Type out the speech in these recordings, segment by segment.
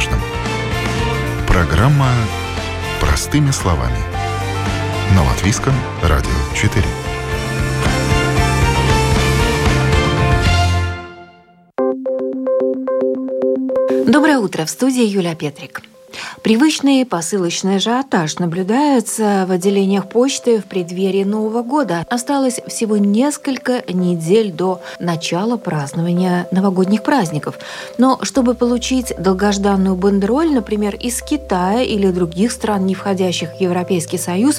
каждом. Программа «Простыми словами» на Латвийском радио 4. Доброе утро, в студии Юлия Петрик. Привычный посылочный ажиотаж наблюдается в отделениях почты в преддверии Нового года. Осталось всего несколько недель до начала празднования новогодних праздников. Но чтобы получить долгожданную бандероль, например, из Китая или других стран, не входящих в Европейский Союз,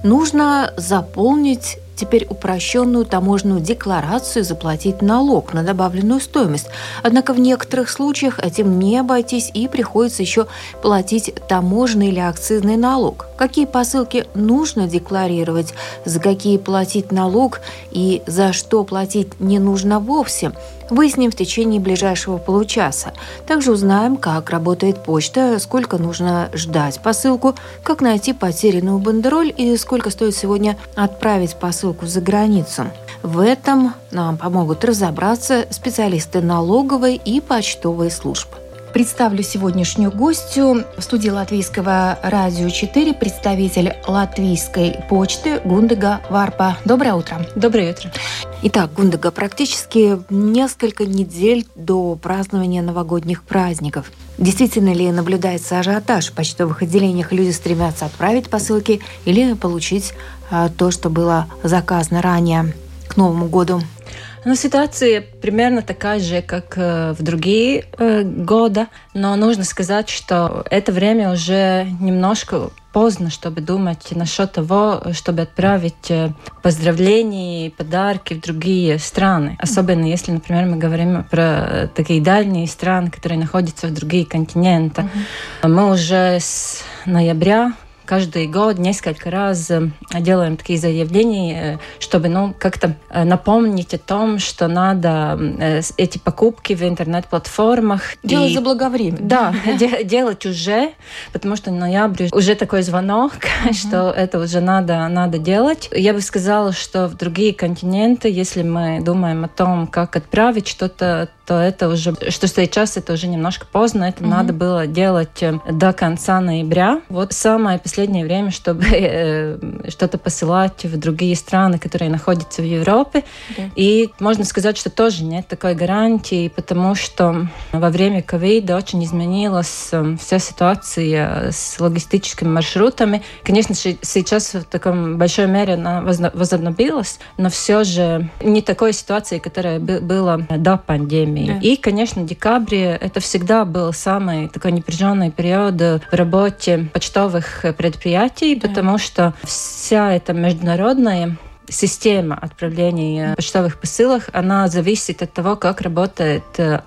нужно заполнить теперь упрощенную таможенную декларацию, заплатить налог на добавленную стоимость. Однако в некоторых случаях этим не обойтись и приходится еще платить таможенный или акцизный налог. Какие посылки нужно декларировать, за какие платить налог и за что платить не нужно вовсе, выясним в течение ближайшего получаса. Также узнаем, как работает почта, сколько нужно ждать посылку, как найти потерянную бандероль и сколько стоит сегодня отправить посылку за границу. В этом нам помогут разобраться специалисты налоговой и почтовой служб. Представлю сегодняшнюю гостью. В студии Латвийского радио 4 представитель Латвийской почты Гундега Варпа. Доброе утро. Доброе утро. Итак, Гундега, практически несколько недель до празднования новогодних праздников. Действительно ли наблюдается ажиотаж в почтовых отделениях? Люди стремятся отправить посылки или получить то, что было заказано ранее к Новому году? Но ситуация примерно такая же, как в другие годы, но нужно сказать, что это время уже немножко поздно, чтобы думать насчет того, чтобы отправить поздравления и подарки в другие страны. Особенно если, например, мы говорим про такие дальние страны, которые находятся в других континентах. Мы уже с ноября каждый год несколько раз делаем такие заявления, чтобы как-то напомнить о том, что надо эти покупки в интернет-платформах делать заблаговременно. Да, делать уже, потому что в ноябре уже такой звонок, что это уже надо делать. Я бы сказала, что в другие континенты, если мы думаем о том, как отправить что-то, то это уже, что сейчас это уже немножко поздно, это надо было делать до конца ноября. Вот самое последнее время, чтобы что-то посылать в другие страны, которые находятся в Европе. И можно сказать, что тоже нет такой гарантии, потому что во время ковида очень изменилась вся ситуация с логистическими маршрутами. Конечно, сейчас в таком большой мере она возобновилась, но все же не такой ситуации, которая была до пандемии. И, конечно, декабрь это всегда был самый такой напряженный период в работе почтовых предприятий, потому что вся эта международная система отправления почтовых посылок, она зависит от того, как работает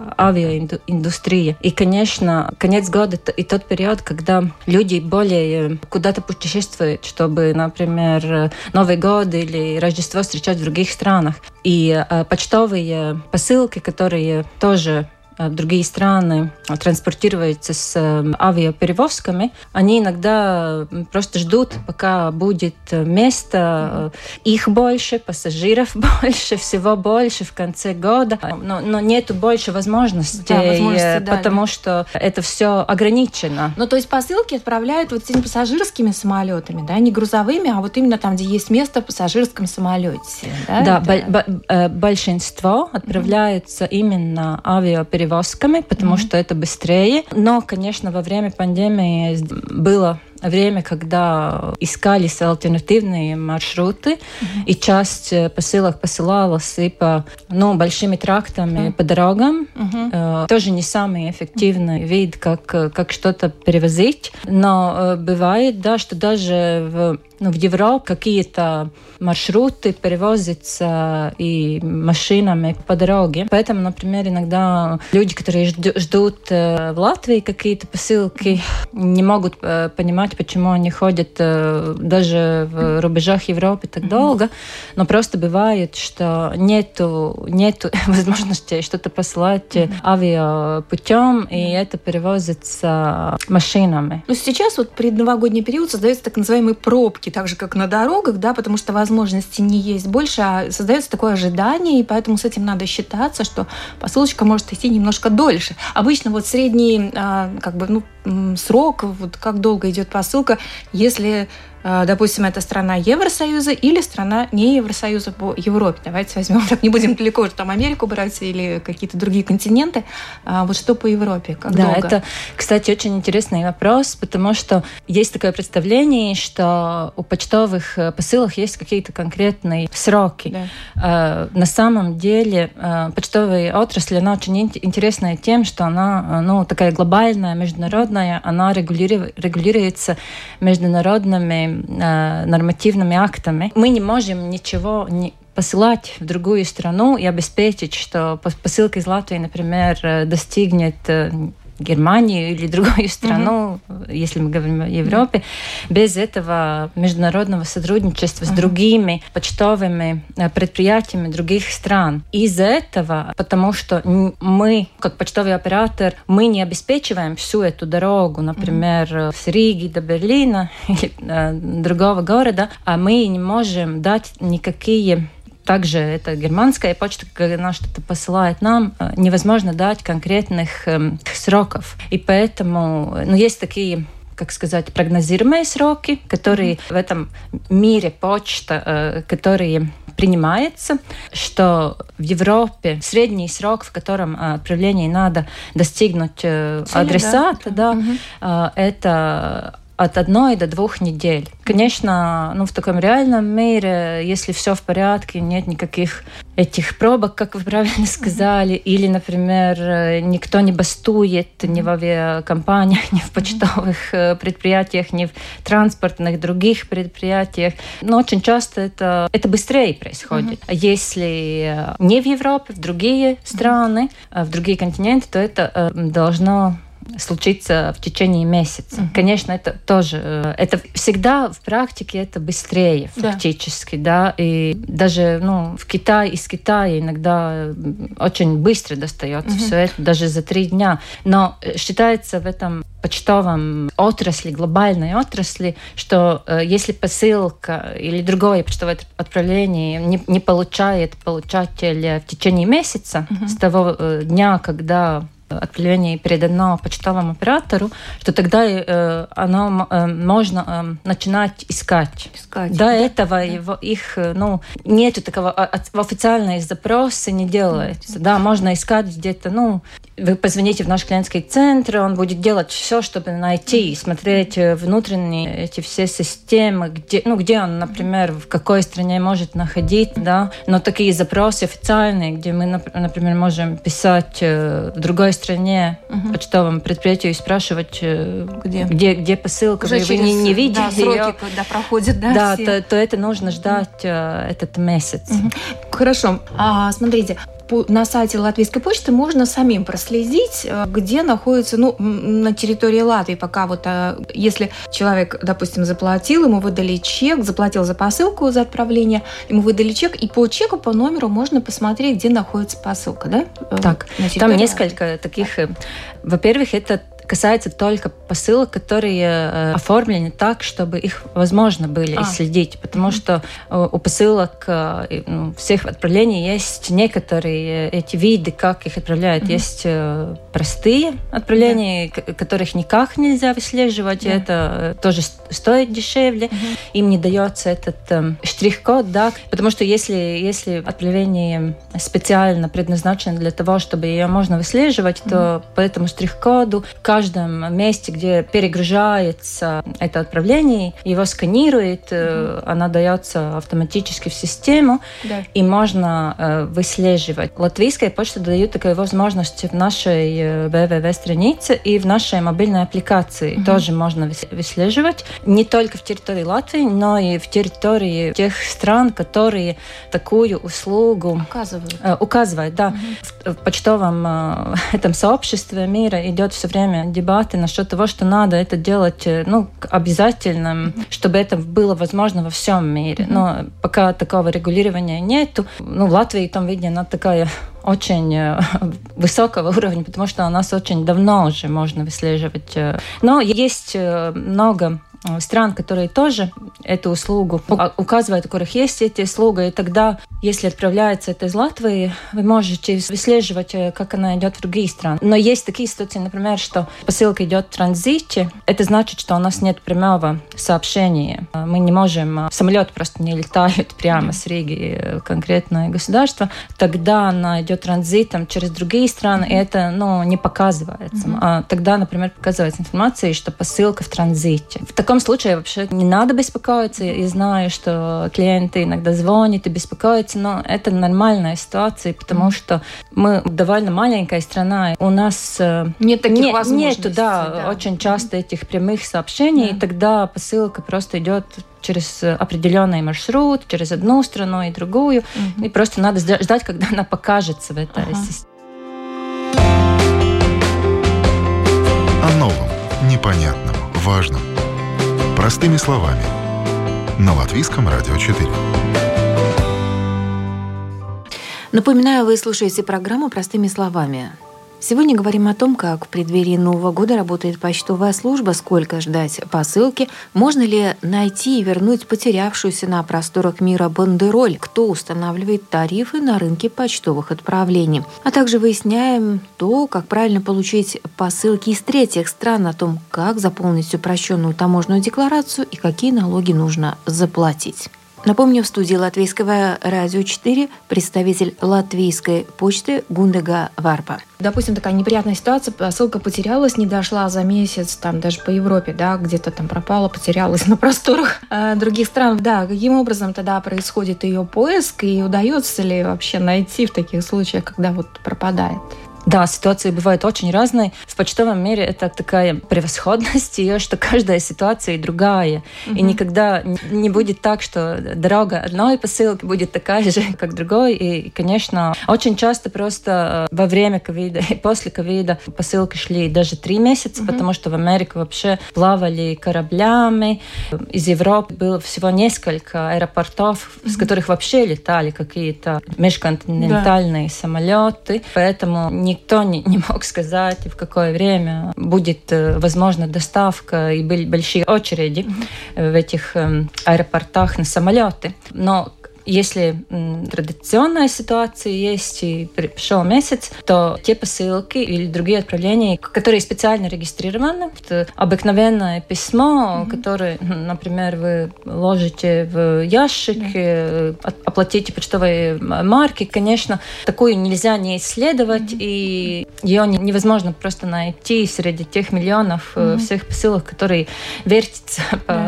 авиаиндустрия. И, конечно, конец года и тот период, когда люди более куда-то путешествуют, чтобы, например, Новый год или Рождество встречать в других странах. И почтовые посылки, которые тоже в другие страны транспортируются с авиаперевозками, они иногда просто ждут, пока будет место, их больше, пассажиров больше, всего больше в конце года, но нету больше возможностей, потому что это все ограничено. Ну, то есть посылки отправляют вот этими пассажирскими самолетами, да, не грузовыми, а вот именно там, где есть место в пассажирском самолете. Да, большинство отправляются именно авиаперевозками, потому что это быстрее. Но, конечно, во время пандемии было время, когда искались альтернативные маршруты, и часть посылок посылалась и по большими трактами по дорогам. Тоже не самый эффективный вид, как что-то перевозить. Но бывает, да, что даже в Европе какие-то маршруты перевозятся и машинами по дороге. Поэтому, например, иногда люди, которые ждут в Латвии какие-то посылки, не могут понимать, почему они ходят даже в рубежах Европы так долго. Но просто бывает, что нету возможности что-то послать авиапутем, и это перевозится машинами. Но сейчас вот предновогодний период создаются так называемые пробки, пробки, так же, как на дорогах, да, потому что возможностей не есть больше, а создается такое ожидание, и поэтому с этим надо считаться, что посылочка может идти немножко дольше. Обычно вот средний срок, вот как долго идет посылка, если, допустим, это страна Евросоюза или страна не Евросоюза по Европе. Давайте возьмем, так не будем далеко там Америку брать или какие-то другие континенты. Вот что по Европе, как долго? Да, это, кстати, очень интересный вопрос, потому что есть такое представление, что у почтовых посылок есть какие-то конкретные сроки. Да. На самом деле почтовая отрасль, она очень интересная тем, что она такая глобальная, международная, она регулируется международными нормативными актами. Мы не можем ничего посылать в другую страну и обеспечить, что посылка из Латвии, например, достигнет Германию или другую страну, если мы говорим о Европе, без этого международного сотрудничества с другими почтовыми предприятиями других стран. Из-за этого, потому что мы, как почтовый оператор, мы не обеспечиваем всю эту дорогу, например, с Риги до Берлина или другого города, а мы не можем дать никакие... Также это германская почта, когда она что-то посылает нам, невозможно дать конкретных сроков. И поэтому есть такие, как сказать, прогнозируемые сроки, которые в этом мире почта, которые принимается, что в Европе средний срок, в котором отправлении надо достигнуть адресата, это от 1 до 2 недель. Конечно, в таком реальном мире, если все в порядке, нет никаких этих пробок, как вы правильно сказали, или, например, никто не бастует ни в авиакомпаниях, ни в почтовых предприятиях, ни в транспортных других предприятиях. Но очень часто это быстрее происходит. А если не в Европе, в другие страны, в другие континенты, то это должно случится в течение месяца. Конечно, это тоже... Это всегда в практике это быстрее фактически, да. И даже в Китае, из Китая иногда очень быстро достается все это, даже за 3 дня. Но считается в этом почтовом отрасли, глобальной отрасли, что если посылка или другое почтовое отправление не получает получатель в течение месяца, с того дня, когда отправление передано почтовому оператору, что тогда оно можно начинать искать. До этого их нету такого официальные запросы не делается. Да, можно искать где-то, вы позвоните в наш клиентский центр, он будет делать все, чтобы найти, смотреть внутренние эти все системы, где он, например, в какой стране может находиться, да. Но такие запросы официальные, где мы, например, можем писать в другой стране почтовому предприятию и спрашивать, где посылка, вы не видели сроки, ее, когда проходят, то это нужно ждать этот месяц. Хорошо. Смотрите, на сайте Латвийской почты можно самим проследить, где находится, на территории Латвии, пока если человек, допустим, заплатил, ему выдали чек, заплатил за посылку, за отправление, ему выдали чек, и по чеку, по номеру можно посмотреть, где находится посылка, да? Так, там несколько таких... Во-первых, это касается только посылок, которые оформлены так, чтобы их возможно было исследить, потому что у посылок всех отправлений есть некоторые эти виды, как их отправляют. Есть простые отправления, которых никак нельзя выслеживать, это тоже стоит дешевле, им не дается этот штрих-код, да, потому что если отправление специально предназначено для того, чтобы ее можно выслеживать, то по этому штрих-коду в каждом месте, где перегружается это отправление, его сканирует, она дается автоматически в систему, и можно выслеживать. Латвийская почта дает такую возможность в нашей www-странице и в нашей мобильной аппликации. Тоже можно выслеживать не только в территории Латвии, но и в территории тех стран, которые такую услугу указывают. Да. В почтовом этом сообществе мира идет все время дебаты насчет того, что надо это делать обязательным, чтобы это было возможно во всем мире. Но пока такого регулирования нету. В Латвии в том виде она такая очень высокого уровня, потому что у нас очень давно уже можно выслеживать. Но есть много стран, которые тоже эту услугу указывают, у которых есть эти услуги, и тогда, если отправляется это из Латвии, вы можете выслеживать, как она идет в другие страны. Но есть такие ситуации, например, что посылка идет в транзите, это значит, что у нас нет прямого сообщения. Мы не можем, самолет просто не летает прямо с Риги в конкретное государство, тогда она идет транзитом через другие страны, и это не показывается. А тогда, например, показывается информация, что посылка в транзите. В таком случае вообще не надо беспокоиться. Я знаю, что клиенты иногда звонят и беспокоятся, но это нормальная ситуация, потому что мы довольно маленькая страна. У нас нет таких возможностей. Нету, очень часто этих прямых сообщений, и тогда посылка просто идет через определенный маршрут, через одну страну и другую, и просто надо ждать, когда она покажется в этой системе. О новом, непонятном, важном. Простыми словами. На Латвийском радио 4. Напоминаю, вы слушаете программу «Простыми словами». Сегодня говорим о том, как в преддверии Нового года работает почтовая служба, сколько ждать посылки, можно ли найти и вернуть потерявшуюся на просторах мира бандероль, кто устанавливает тарифы на рынке почтовых отправлений. А также выясняем то, как правильно получить посылки из третьих стран, о том, как заполнить упрощенную таможенную декларацию и какие налоги нужно заплатить. Напомню, в студии Латвийского радио 4 представитель Латвийской почты Гундега Варпа. Допустим, такая неприятная ситуация, посылка потерялась, не дошла за месяц, там даже по Европе, где-то там пропала, потерялась на просторах других стран. Каким образом тогда происходит ее поиск и удается ли вообще найти в таких случаях, когда пропадает? Да, ситуации бывают очень разные. В почтовом мире это такая превосходность ее, что каждая ситуация другая. И никогда не будет так, что дорога одной посылки будет такая же, как другой. И, конечно, очень часто просто во время ковида и после ковида посылки шли даже 3 месяца, потому что в Америку вообще плавали кораблями. Из Европы было всего несколько аэропортов, с которых вообще летали какие-то межконтинентальные самолеты. Поэтому никто не мог сказать, в какое время будет возможна доставка, и были большие очереди в этих аэропортах на самолеты. Но если традиционная ситуация есть и пришел месяц, то те посылки или другие отправления, которые специально регистрированы, это обыкновенное письмо, которое, например, вы ложите в ящик, оплатите почтовые марки, конечно, такую нельзя не исследовать, и ее невозможно просто найти среди тех миллионов всех посылок, которые вертятся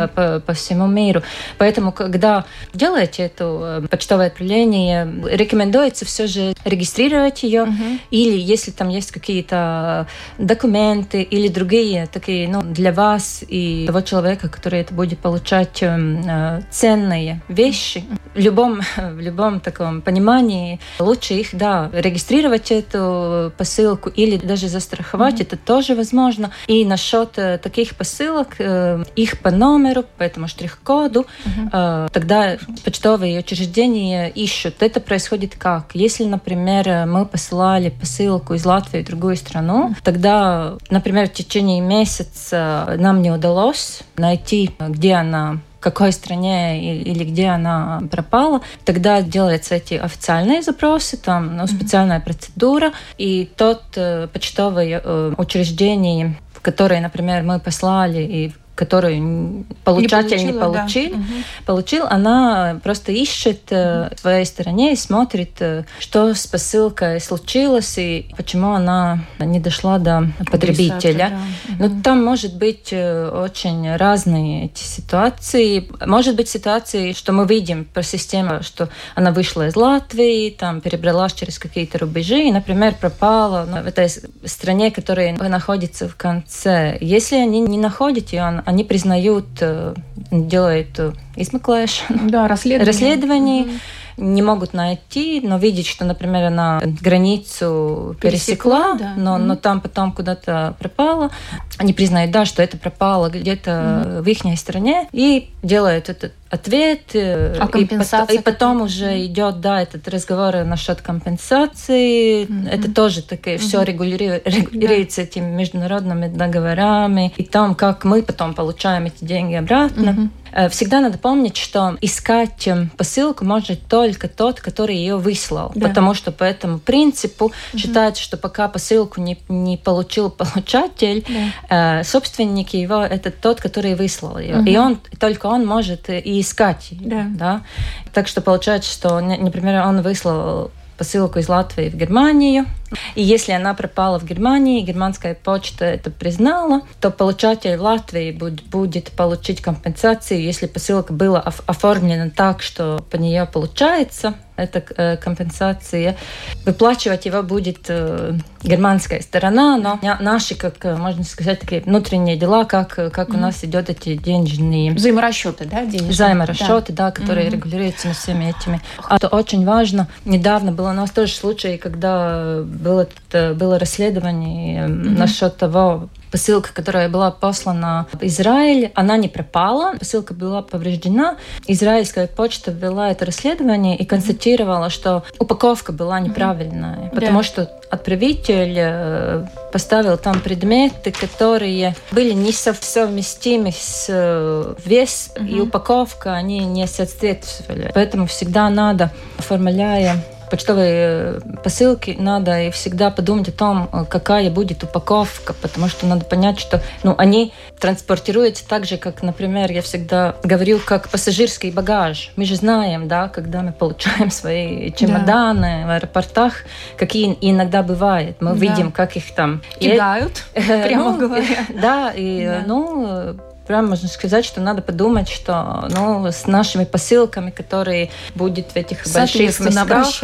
по всему миру. Поэтому, когда делаете эту почтовое отправление, рекомендуется все же регистрировать ее, или если там есть какие-то документы или другие такие, для вас и того человека, который это будет получать, ценные вещи. В любом таком понимании лучше их, регистрировать эту посылку или даже застраховать, это тоже возможно. И насчет таких посылок, их по номеру, по этому штрих-коду, тогда почтовые учреждения ищут. Это происходит как? Если, например, мы посылали посылку из Латвии в другую страну, тогда, например, в течение месяца нам не удалось найти, где она, в какой стране или где она пропала, тогда делаются эти официальные запросы, там специальная процедура, и тот почтовое учреждение, в которое, например, мы послали, и которую получатель не получил, она просто ищет в своей стороне и смотрит, что с посылкой случилось и почему она не дошла до потребителя. Но там может быть очень разные эти ситуации. Может быть ситуации, что мы видим по системе, что она вышла из Латвии, там перебралась через какие-то рубежи и, например, пропала в этой стране, которая находится в конце. Если они не находят ее, они признают, делают измеклēšanu, расследование, не могут найти, но видеть, что, например, она границу пересекла, да. но там потом куда-то пропала. Они признают, да, что это пропало где-то в их стране, и делают этот ответ, и потом уже идет, да, этот разговор насчет компенсации. Это тоже такое все регулируется этими международными договорами, и там, как мы потом получаем эти деньги обратно. Всегда надо помнить, что искать посылку может только тот, который ее выслал. Да. Потому что по этому принципу считается, что пока посылку не получил получатель, собственник его – это тот, который выслал ее. И только он может и искать ее. Да? Так что получается, что, например, он выслал посылку из Латвии в Германию, и если она пропала в Германии, германская почта это признала, то получатель в Латвии будет получить компенсацию, если посылка была оформлена так, что по нее получается эта компенсация. Выплачивать его будет германская сторона, но наши, как можно сказать, такие внутренние дела, как у нас идет эти денежные... Взаиморасчеты, да? Денежные? Взаиморасчеты, да, которые регулируются всеми этими. Это очень важно. Недавно был у нас тоже случай, когда было расследование насчет того, посылка, которая была послана в Израиль, она не пропала, посылка была повреждена. Израильская почта ввела это расследование и констатировала, что упаковка была неправильная, потому что отправитель поставил там предметы, которые были несовместимы с вес и упаковка, они не соответствовали. Поэтому всегда надо, оформляя почтовые посылки, надо и всегда подумать о том, какая будет упаковка, потому что надо понять, что они транспортируются так же, как, например, я всегда говорю, как пассажирский багаж. Мы же знаем, да, когда мы получаем свои чемоданы в аэропортах, какие иногда бывают. Мы видим, как их там кидают, прямо говоря. Да, прям можно сказать, что надо подумать, что с нашими посылками, которые будут в этих больших местах,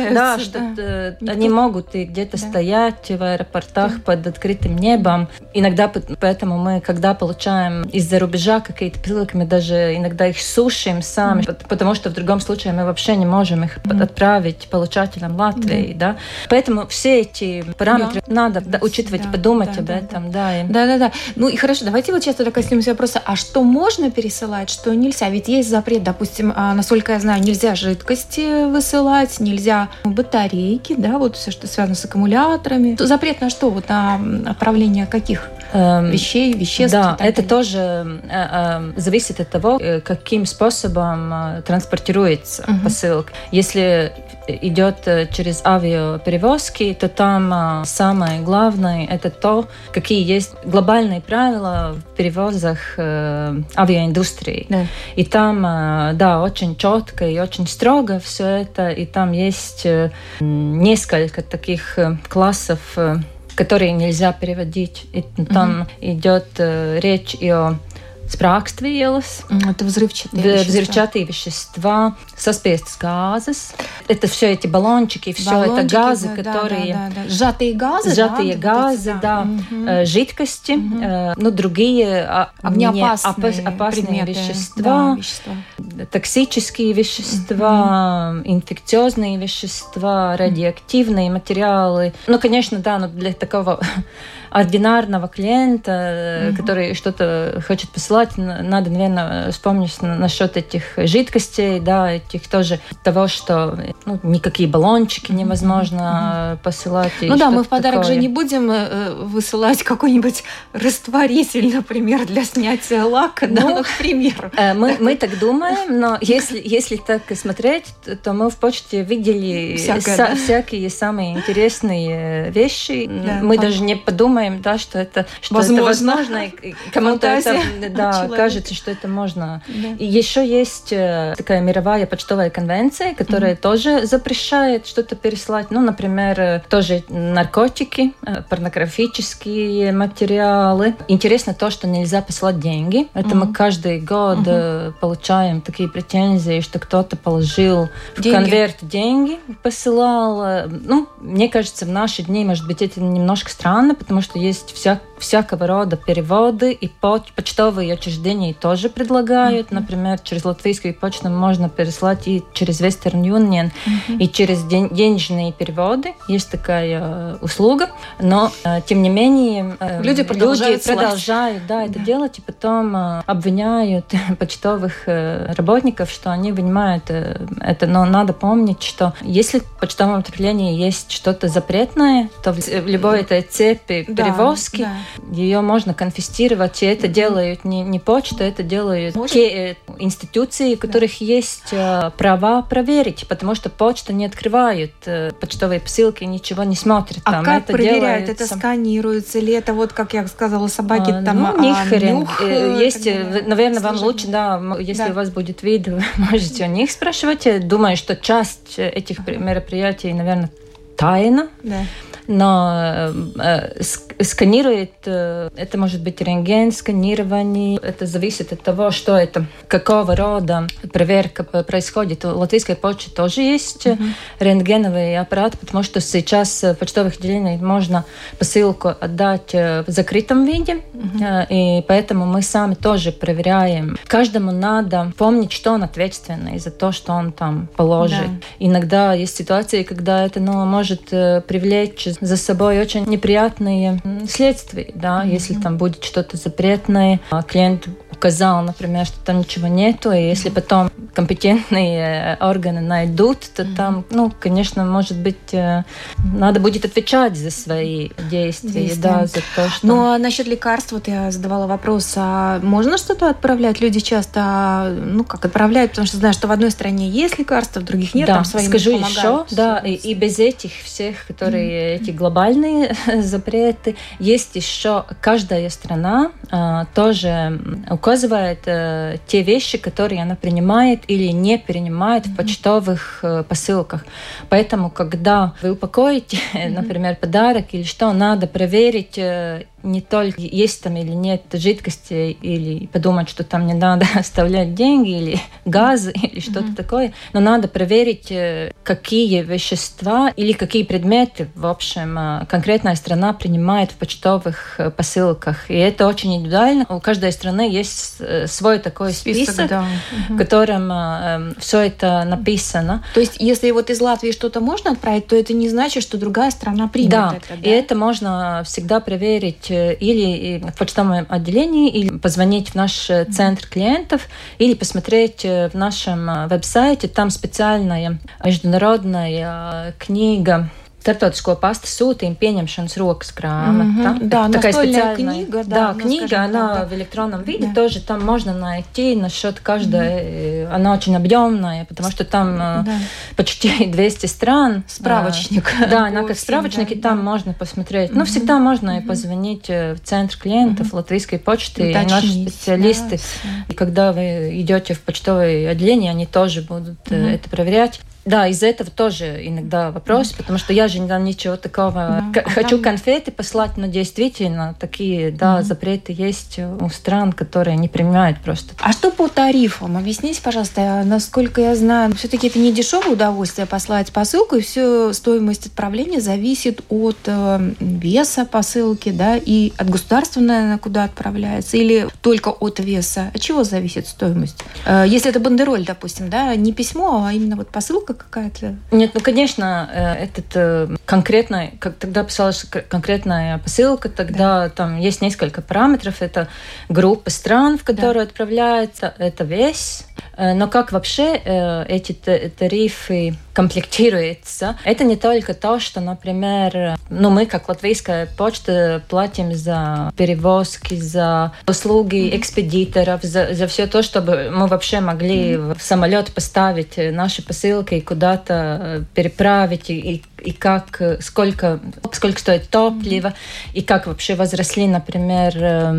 они могут и где-то стоять в аэропортах под открытым небом. Иногда поэтому мы, когда получаем из-за рубежа какие-то посылки, мы даже иногда их сушим сами, потому что в другом случае мы вообще не можем их отправить получателям Латвии. Да? Поэтому все эти параметры надо учитывать, подумать об этом. Да. Ну и хорошо, давайте вот сейчас тогда коснемся вопроса, а что можно пересылать, что нельзя? Ведь есть запрет, допустим, насколько я знаю, нельзя жидкости высылать, нельзя батарейки, да, вот все, что связано с аккумуляторами. Запрет на что? Вот на отправление каких вещей, веществ? Да, это тоже зависит от того, каким способом транспортируется посылка. Если идет через авиаперевозки, то там самое главное – это то, какие есть глобальные правила в перевозах авиаиндустрии. Да. И там, очень четко и очень строго все это, и там есть несколько таких классов, которые нельзя переводить. И там идет речь и о sprāgstvielas, это взрывчатые вещества, saspiestas gāzes. Это все эти баллончики, все это газы, которые... Сжатые газы, жидкости, другие опасные вещества, токсические вещества, инфекциозные вещества, радиоактивные материалы. Конечно, для такого ординарного клиента, который что-то хочет посылать, надо, наверное, вспомнить насчет этих жидкостей, этих тоже того, что никакие баллончики невозможно посылать. Мы в подарок же не будем высылать какой-нибудь растворитель, например, для снятия лака, к примеру. Мы так думаем, но если так смотреть, то мы в почте видели всякие самые интересные вещи. Мы даже не подумаем, что это возможно. И кому-то это кажется, что это можно. И еще есть такая мировая почтовая конвенция, которая тоже запрещает что-то переслать. Например, тоже наркотики, порнографические материалы. Интересно то, что нельзя посылать деньги. Это мы каждый год получаем такие претензии, что кто-то положил в конверт деньги, посылал. Мне кажется, в наши дни, может быть, это немножко странно, потому что есть всякого рода переводы, и почтовые учреждения тоже предлагают. Например, через латвийскую почту можно переслать и через Western Union, и через денежные переводы. Есть такая услуга. Но, тем не менее, люди продолжают это делать, и потом обвиняют почтовых работников, что они вынимают это. Но надо помнить, что если в почтовом отправлении есть что-то запретное, то в любой этой цепи перевозки ее можно конфисцировать, и это делают не почта, это делают те институции, у которых есть права проверить, потому что почта не открывает почтовые посылки, ничего не смотрит. А как это проверяют? Это сканируется? Или это, вот как я сказала, собаки там у них есть, наверное, вам лучше, если у вас будет вид, вы можете у них спрашивать. Я думаю, что часть этих мероприятий, наверное, тайна. Но сканирует, это может быть рентген, сканирование, это зависит от того, что это, какого рода проверка происходит. У латвийской почты тоже есть рентгеновый аппарат, потому что сейчас в почтовых отделениях можно посылку отдать в закрытом виде, и поэтому мы сами тоже проверяем. Каждому надо помнить, что он ответственный за то, что он там положит. Иногда есть ситуации, когда это может привлечь за собой очень неприятные следствия, если там будет что-то запретное, клиент указал, например, что там ничего нету, и если потом компетентные органы найдут, то там, конечно, может быть, надо будет отвечать за свои действия, за то, что... Ну, а насчет лекарств, вот я задавала вопрос, а можно что-то отправлять? Люди часто, отправляют, потому что знают, что в одной стране есть лекарства, в других нет, там своим скажу помогают. Еще, и без этих всех, которые эти глобальные запреты, есть еще каждая страна тоже указывает те вещи, которые она принимает или не принимает в почтовых посылках. Поэтому, когда вы упакуете, например, подарок или что, надо проверить не только есть там или нет жидкости, или подумать, что там не надо оставлять деньги или газы или что-то такое, но надо проверить, какие вещества или какие предметы, в общем, конкретная страна принимает в почтовых посылках. И это очень индивидуально. У каждой страны есть свой такой список, в котором все это написано. То есть, если вот из Латвии что-то можно отправить, то это не значит, что другая страна примет это. И это можно всегда проверить или в почтовом отделении, или позвонить в наш центр клиентов, или посмотреть в нашем веб-сайте. Там специальная международная книга Startautisko pasta sūtījuma pieņemšanas rokas grāmata. Такая специальная книга. Книга, она в электронном виде тоже, там можно найти насчет каждой, она очень объемная, потому что там почти 200 стран. Справочник. Она как справочник, и там можно посмотреть. Всегда можно и позвонить в центр клиентов Латвийской почты, и наши специалисты. И когда вы идете в почтовое отделение, они тоже будут это проверять. Из-за этого тоже иногда вопрос, потому что я же ничего такого... Хочу конфеты послать, но действительно такие, запреты есть у стран, которые не принимают просто. А что по тарифам? Объясните, пожалуйста, насколько я знаю, все-таки это не дешевое удовольствие послать посылку, и все стоимость отправления зависит от веса посылки, и от государства, наверное, куда отправляется, или только от веса. От чего зависит стоимость? Если это бандероль, допустим, не письмо, а именно вот посылка какая-то? Нет, конечно, этот конкретный, как тогда писалась конкретная посылка, тогда там есть несколько параметров. Это группа стран, в которую отправляется, это вес. Но как вообще эти тарифы комплектируются? Это не только то, что, например, мы, как Латвийская почта, платим за перевозки, за услуги экспедиторов, за все то, чтобы мы вообще могли в самолет поставить наши посылки и куда-то переправить, и сколько стоит топливо, и как вообще возросли, например,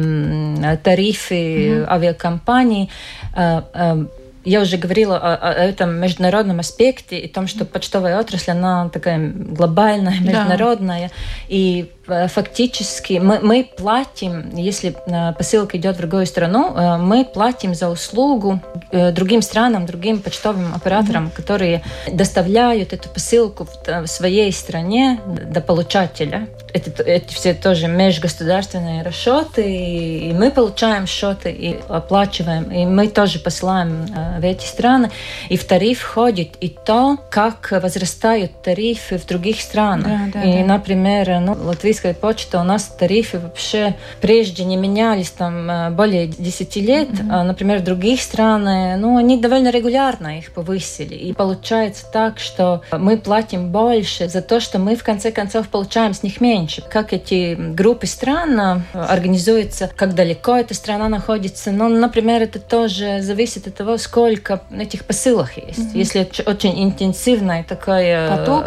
тарифы авиакомпаний. Я уже говорила о этом международном аспекте и том, что почтовая отрасль, она такая глобальная, международная. И фактически мы платим, если посылка идет в другую страну, мы платим за услугу другим странам, другим почтовым операторам, которые доставляют эту посылку в своей стране до получателя. Это все тоже межгосударственные расчеты, и мы получаем счеты и оплачиваем, и мы тоже посылаем в эти страны. И в тариф входит и то, как возрастают тарифы в других странах. Например, латвийская почта, у нас тарифы вообще прежде не менялись там более 10 лет, а, например, в других странах, они довольно регулярно их повысили. И получается так, что мы платим больше за то, что мы в конце концов получаем с них меньше. Как эти группы стран организуются, как далеко эта страна находится. Например, это тоже зависит от того, сколько этих посылок есть. Если очень интенсивный такой поток,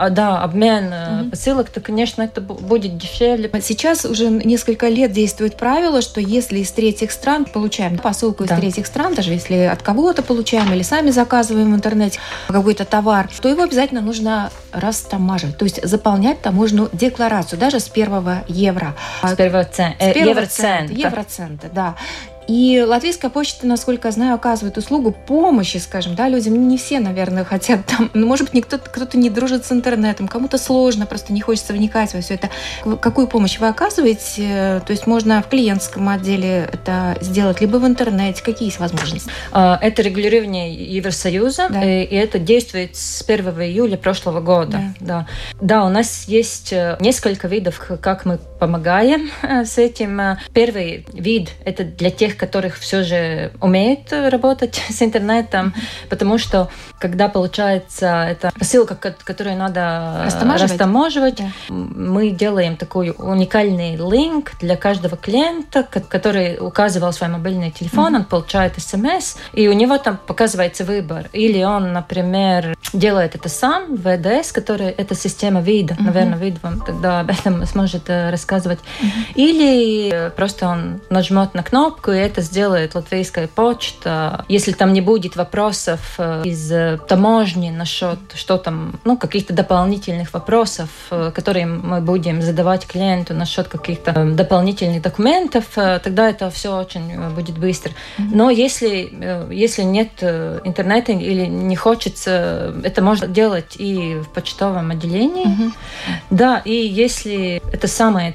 обмен посылок, то, конечно, это будет дешевле. Сейчас уже несколько лет действует правило, что если из третьих стран получаем посылку из третьих стран, даже если от кого-то получаем или сами заказываем в интернете какой-то товар, то его обязательно нужно растамаживать, то есть заполнять таможенную декларацию, даже с первого евро. С первого евроцента. Евроцента, да. И латвийская почта, насколько я знаю, оказывает услугу помощи, скажем, людям. Не все, наверное, хотят там. Может быть, кто-то не дружит с интернетом, кому-то сложно, просто не хочется вникать во все это. Какую помощь вы оказываете? То есть можно в клиентском отделе это сделать, либо в интернете. Какие есть возможности? Это регулирование Евросоюза, и это действует с 1 июля прошлого года. Да, у нас есть несколько видов, как мы помогаем с этим. Первый вид – это для тех, которых все же умеют работать с интернетом, потому что когда получается эта посылка, которую надо растаможивать, мы делаем такой уникальный линк для каждого клиента, который указывал свой мобильный телефон, он получает СМС, и у него там показывается выбор. Или он, например, делает это сам в ВДС, который это система ВИДа, наверное, ВИД вам тогда об этом сможет рассказывать. Или просто он нажмет на кнопку, и это сделает латвийская почта. Если там не будет вопросов из таможни насчет, что там, каких-то дополнительных вопросов, которые мы будем задавать клиенту насчет каких-то дополнительных документов, тогда это все очень будет быстро. Но если нет интернета или не хочется, это можно делать и в почтовом отделении. Да, и если это самое,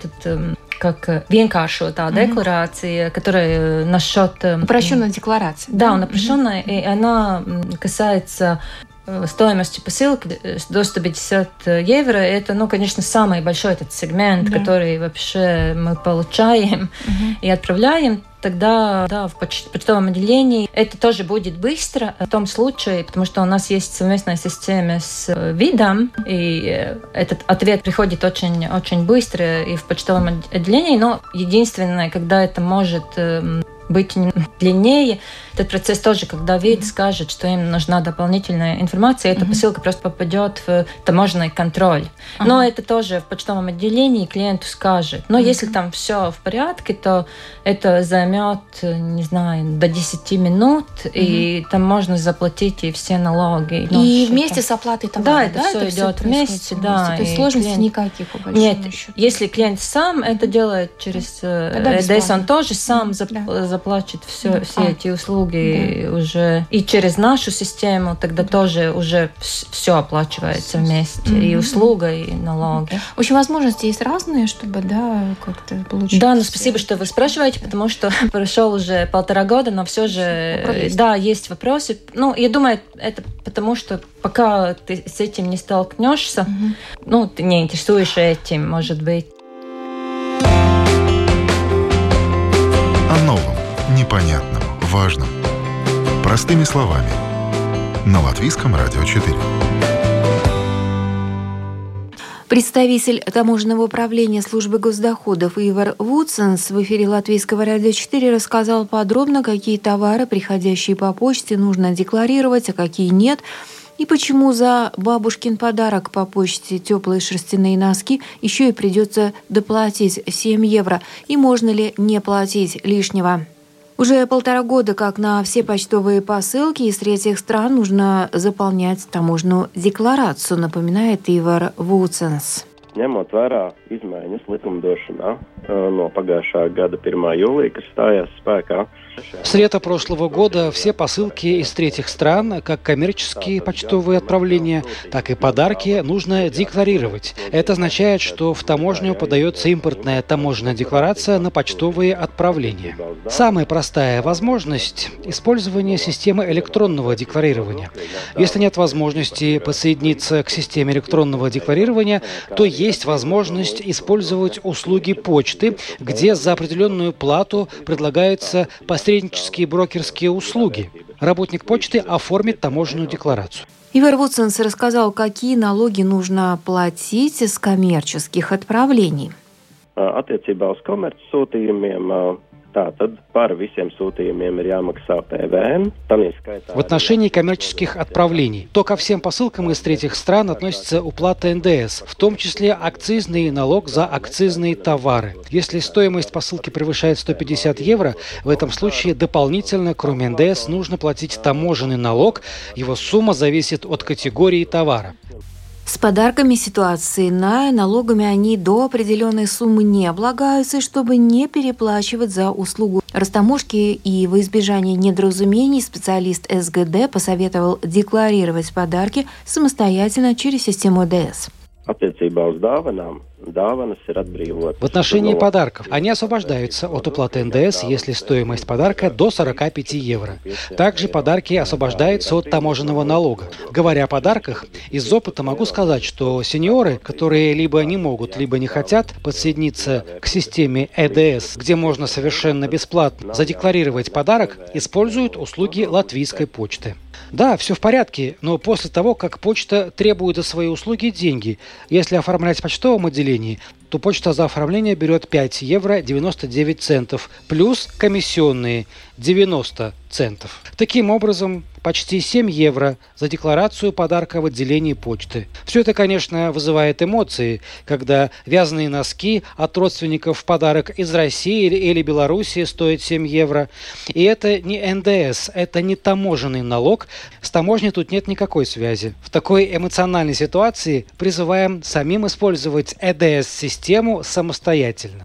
как vienkāršotā декларация, которая насчет... Упрощенная декларация. Да, упрощенная, и она касается стоимости посылки до 150 евро. Это, конечно, самый большой этот сегмент, который вообще мы получаем и отправляем. Тогда в почтовом отделении это тоже будет быстро в том случае, потому что у нас есть совместная система с ВИДом, и этот ответ приходит очень, очень быстро и в почтовом отделении, но единственное, когда это может быть длиннее, этот процесс тоже, когда ВИД скажет, что им нужна дополнительная информация, эта посылка просто попадет в таможенный контроль. Но это тоже в почтовом отделении клиенту скажет. Но если там все в порядке, то это займет, не знаю, до 10 минут, и там можно заплатить и все налоги. И вместе с оплатой товара, это все идет вместе, да. То есть сложностей никаких, по большому счету. Если клиент сам это делает через ЭДС, он тоже сам заплатит все эти услуги уже. И через нашу систему тогда тоже уже все оплачивается вместе. И услуга, и налоги. В общем, возможности есть разные, чтобы, как-то получить. Да, спасибо, что вы спрашиваете, потому что прошел уже 1,5 года, но все же, есть вопросы. Я думаю, это потому, что пока ты с этим не столкнешься, ты не интересуешься этим, может быть. О новом, непонятном, важном. Простыми словами. На Латвийском радио 4. Представитель таможенного управления службы госдоходов Ивар Вуценс в эфире Латвийского радио 4 рассказал подробно, какие товары, приходящие по почте, нужно декларировать, а какие нет, и почему за бабушкин подарок по почте теплые шерстяные носки еще и придется доплатить 7 евро, и можно ли не платить лишнего. Уже 1,5 года, как на все почтовые посылки из третьих стран нужно заполнять таможенную декларацию, напоминает Ивар Вуценс. ņemot vērā izmaiņas likumdošanā no pagājušā gada 1. jūlija, kas stājās spēkā. С лета прошлого года все посылки из третьих стран, как коммерческие почтовые отправления, так и подарки, нужно декларировать. Это означает, что в таможню подается импортная таможенная декларация на почтовые отправления. Самая простая возможность – использование системы электронного декларирования. Если нет возможности подсоединиться к системе электронного декларирования, то есть возможность использовать услуги почты, где за определенную плату предлагаются посреднические брокерские услуги. Работник почты оформит таможенную декларацию. Ивар Вуценс рассказал, какие налоги нужно платить с коммерческих отправлений. Attiecībā uz komercsūtījumiem tātad par visiem sūtījumiem ir jāmaksā PVN. В отношении коммерческих отправлений, то ко всем посылкам из третьих стран относится уплата НДС, в том числе акцизный налог за акцизные товары. Если стоимость посылки превышает 150 евро, в этом случае дополнительно, кроме НДС, нужно платить таможенный налог. Его сумма зависит от категории товара. С подарками ситуации иная. Налогами они до определенной суммы не облагаются, и чтобы не переплачивать за услугу растаможки и во избежание недоразумений, специалист СГД посоветовал декларировать подарки самостоятельно через систему ЭДС. В отношении подарков они освобождаются от уплаты НДС, если стоимость подарка до 45 евро. Также подарки освобождаются от таможенного налога. Говоря о подарках, из опыта могу сказать, что сеньоры, которые либо не могут, либо не хотят подсоединиться к системе ЭДС, где можно совершенно бесплатно задекларировать подарок, используют услуги латвийской почты. Да, все в порядке, но после того, как почта требует за свои услуги деньги, если оформлять в почтовом отделении, то почта за оформление берет 5 евро 99 центов, плюс комиссионные 90 центов. Таким образом, почти 7 евро за декларацию подарка в отделении почты. Все это, конечно, вызывает эмоции, когда вязаные носки от родственников в подарок из России или Белоруссии стоят 7 евро. И это не НДС, это не таможенный налог. С таможней тут нет никакой связи. В такой эмоциональной ситуации призываем самим использовать ЭДС-систему самостоятельно.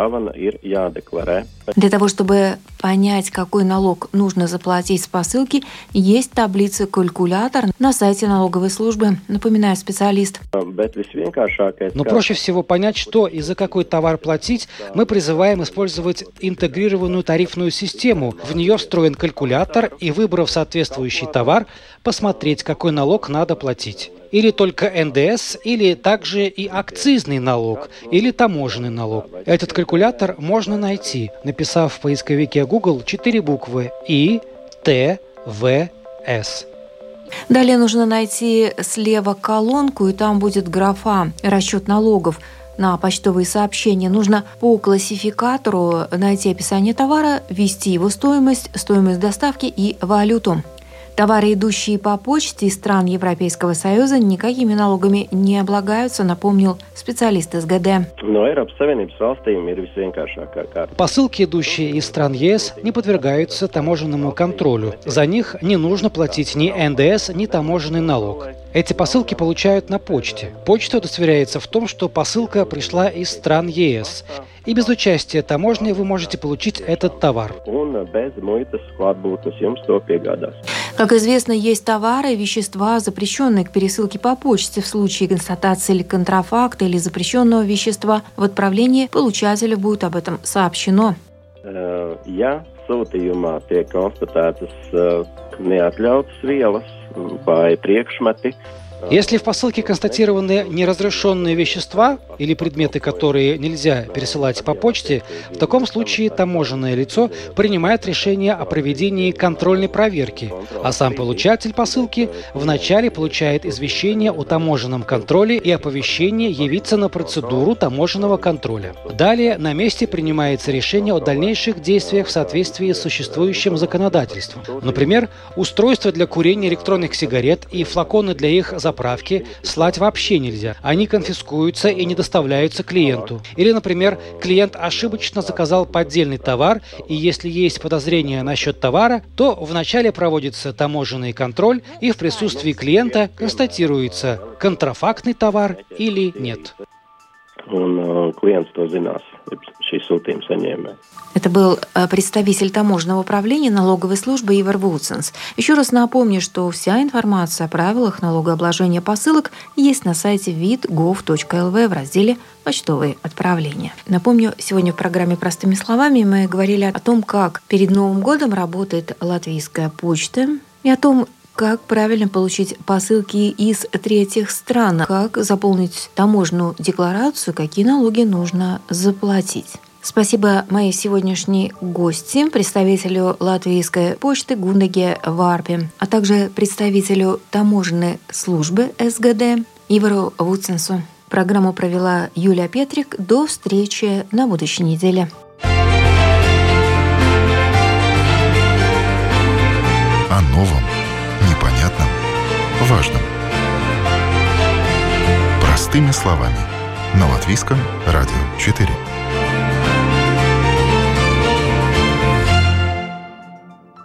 Для того, чтобы понять, какой налог нужно заплатить с посылки, есть таблица-калькулятор на сайте налоговой службы, напоминает специалист. Но проще всего понять, что и за какой товар платить, мы призываем использовать интегрированную тарифную систему. В нее встроен калькулятор, и, выбрав соответствующий товар, посмотреть, какой налог надо платить. Или только НДС, или также и акцизный налог, или таможенный налог. Этот калькулятор можно найти, написав в поисковике Google 4 буквы И, Т, В, С. Далее нужно найти слева колонку, и там будет графа «Расчет налогов» на почтовые сообщения. Нужно по классификатору найти описание товара, ввести его стоимость, стоимость доставки и валюту. Товары, идущие по почте из стран Европейского Союза, никакими налогами не облагаются, напомнил специалист СГД. Посылки, идущие из стран ЕС, не подвергаются таможенному контролю. За них не нужно платить ни НДС, ни таможенный налог. Эти посылки получают на почте. Почта удостоверяется в том, что посылка пришла из стран ЕС. И без участия таможни вы можете получить этот товар. Как известно, есть товары и вещества, запрещенные к пересылке по почте в случае констатации или контрафакта или запрещенного вещества. В отправлении получателю будет об этом сообщено. Sūtījumā tiek konstatētas neatļautas vielas vai priekšmeti. Если в посылке констатированы неразрешенные вещества или предметы, которые нельзя пересылать по почте, в таком случае таможенное лицо принимает решение о проведении контрольной проверки, а сам получатель посылки вначале получает извещение о таможенном контроле и оповещение явиться на процедуру таможенного контроля. Далее на месте принимается решение о дальнейших действиях в соответствии с существующим законодательством. Например, устройства для курения электронных сигарет и флаконы для их заправки слать вообще нельзя. Они конфискуются и не доставляются клиенту. Или, например, клиент ошибочно заказал поддельный товар, и если есть подозрения насчет товара, то вначале проводится таможенный контроль, и в присутствии клиента констатируется, контрафактный товар или нет. un klients to zinās, šī sūtījuma saņēmē. Это был представитель таможенного управления налоговой службы Ивар Вуценс. Еще раз напомню, что вся информация о правилах налогообложения посылок есть на сайте vid.gov.lv в разделе «Почтовые отправления». Напомню, сегодня в программе «Простыми словами» мы говорили о том, как перед Новым годом работает латвийская почта, и о том, как правильно получить посылки из третьих стран, как заполнить таможенную декларацию, какие налоги нужно заплатить. Спасибо моей сегодняшней гости, представителю Латвийской почты Гундаге Варпе, а также представителю таможенной службы СГД Ивару Вуценсу. Программу провела Юлия Петрик. До встречи на будущей неделе. О новом, непонятном, важном. Простыми словами. На Латвийском радио 4.